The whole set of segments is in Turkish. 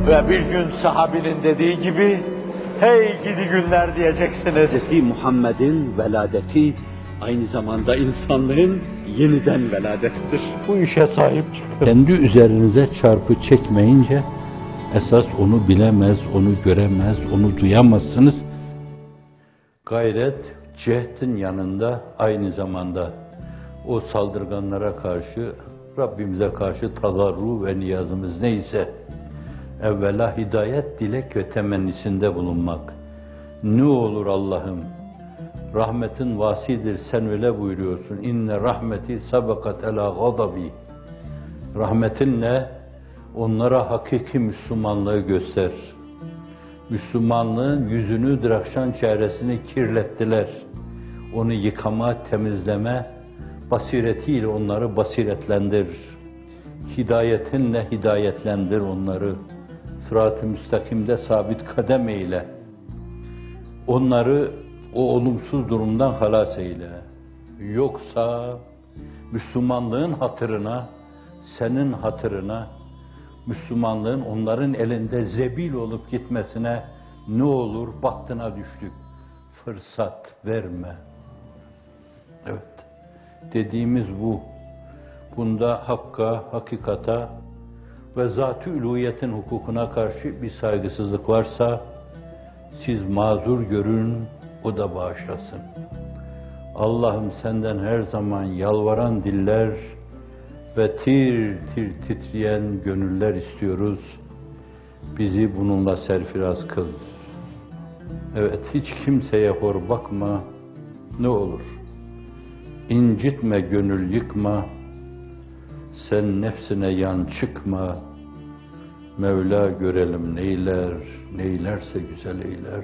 Ve bir gün sahabinin dediği gibi, hey gidi günler diyeceksiniz. Hz. Muhammed'in veladeti aynı zamanda insanlığın yeniden veladettir. Bu işe sahip çıkın. Kendi üzerinize çarpı çekmeyince, esas onu bilemez, onu göremez, onu duyamazsınız. Gayret, cehdin yanında aynı zamanda o saldırganlara karşı, Rabbimize karşı tazarru ve niyazımız neyse, evvela hidayet, dilek ve temennisinde bulunmak. Ne olur Allah'ım, rahmetin vasidir, sen öyle buyuruyorsun. İnne rahmeti sabakat ela gadabi. Rahmetinle onlara hakiki Müslümanlığı göster. Müslümanlığın yüzünü, drakşan çehresini kirlettiler. Onu yıkama, temizleme, basiretiyle onları basiretlendir. Hidayetinle hidayetlendir onları. Sırat-ı müstakimde sabit kadem eyle. Onları o olumsuz durumdan halas eyle. Yoksa Müslümanlığın hatırına, senin hatırına, Müslümanlığın onların elinde zebil olup gitmesine ne olur bahtına düştük. Fırsat verme. Evet, dediğimiz bu. Bunda hakka, hakikata ve zat-ı üluhiyetin hukukuna karşı bir saygısızlık varsa, siz mazur görün, o da bağışlasın. Allah'ım senden her zaman yalvaran diller ve tir tir titreyen gönüller istiyoruz. Bizi bununla serfiraz kıl. Evet, hiç kimseye hor bakma, ne olur. İncitme, gönül yıkma, sen nefsine yan çıkma. Mevla görelim neyler, neylerse güzel eyler.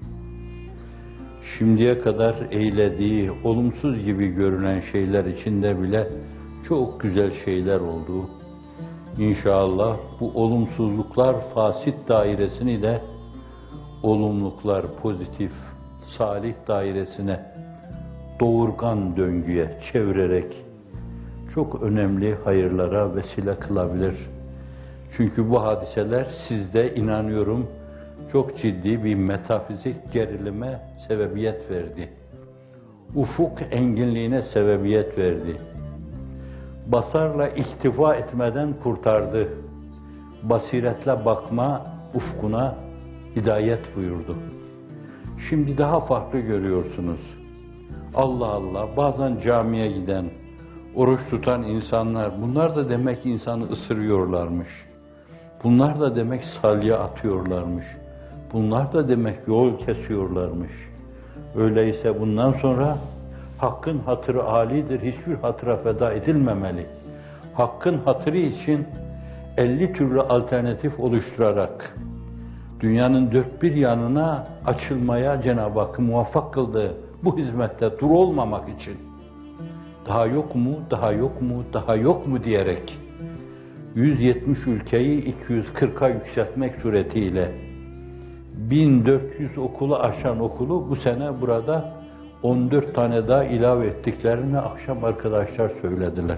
Şimdiye kadar eylediği, olumsuz gibi görünen şeyler içinde bile çok güzel şeyler oldu. İnşallah bu olumsuzluklar fasit dairesini de olumluluklar pozitif, salih dairesine, doğurgan döngüye çevirerek çok önemli hayırlara vesile kılabilir. Çünkü bu hadiseler sizde inanıyorum çok ciddi bir metafizik gerilime sebebiyet verdi. Ufuk enginliğine sebebiyet verdi. Basarla iktifa etmeden kurtardı. Basiretle bakma ufkuna hidayet buyurdu. Şimdi daha farklı görüyorsunuz. Allah Allah, bazen camiye giden, oruç tutan insanlar, bunlar da demek insanı ısırıyorlarmış. Bunlar da demek salya atıyorlarmış. Bunlar da demek yol kesiyorlarmış. Öyleyse bundan sonra hakkın hatırı âlidir, hiçbir hatıra feda edilmemeli. Hakkın hatırı için 50 türlü alternatif oluşturarak dünyanın dört bir yanına açılmaya Cenab-ı Hakk'ı muvaffak kıldı bu hizmette dur olmamak için. Daha yok mu, daha yok mu, daha yok mu diyerek 170 ülkeyi 240'a yükseltmek suretiyle 1400 okulu aşan okulu bu sene burada 14 tane daha ilave ettiklerini akşam arkadaşlar söylediler.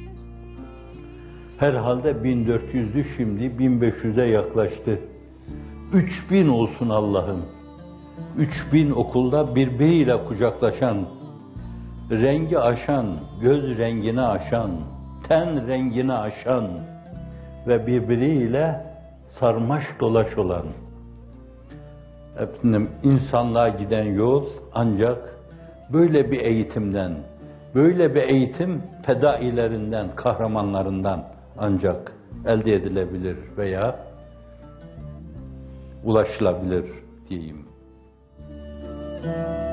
Herhalde 1400'lü şimdi 1500'e yaklaştı. 3000 olsun Allah'ım. 3000 okulda birbiriyle kucaklaşan, rengi aşan, göz rengini aşan, ten rengini aşan ve birbiriyle sarmaş dolaş olan insanlığa giden yol ancak böyle bir eğitimden, böyle bir eğitim fedailerinden, kahramanlarından ancak elde edilebilir veya ulaşılabilir diyeyim.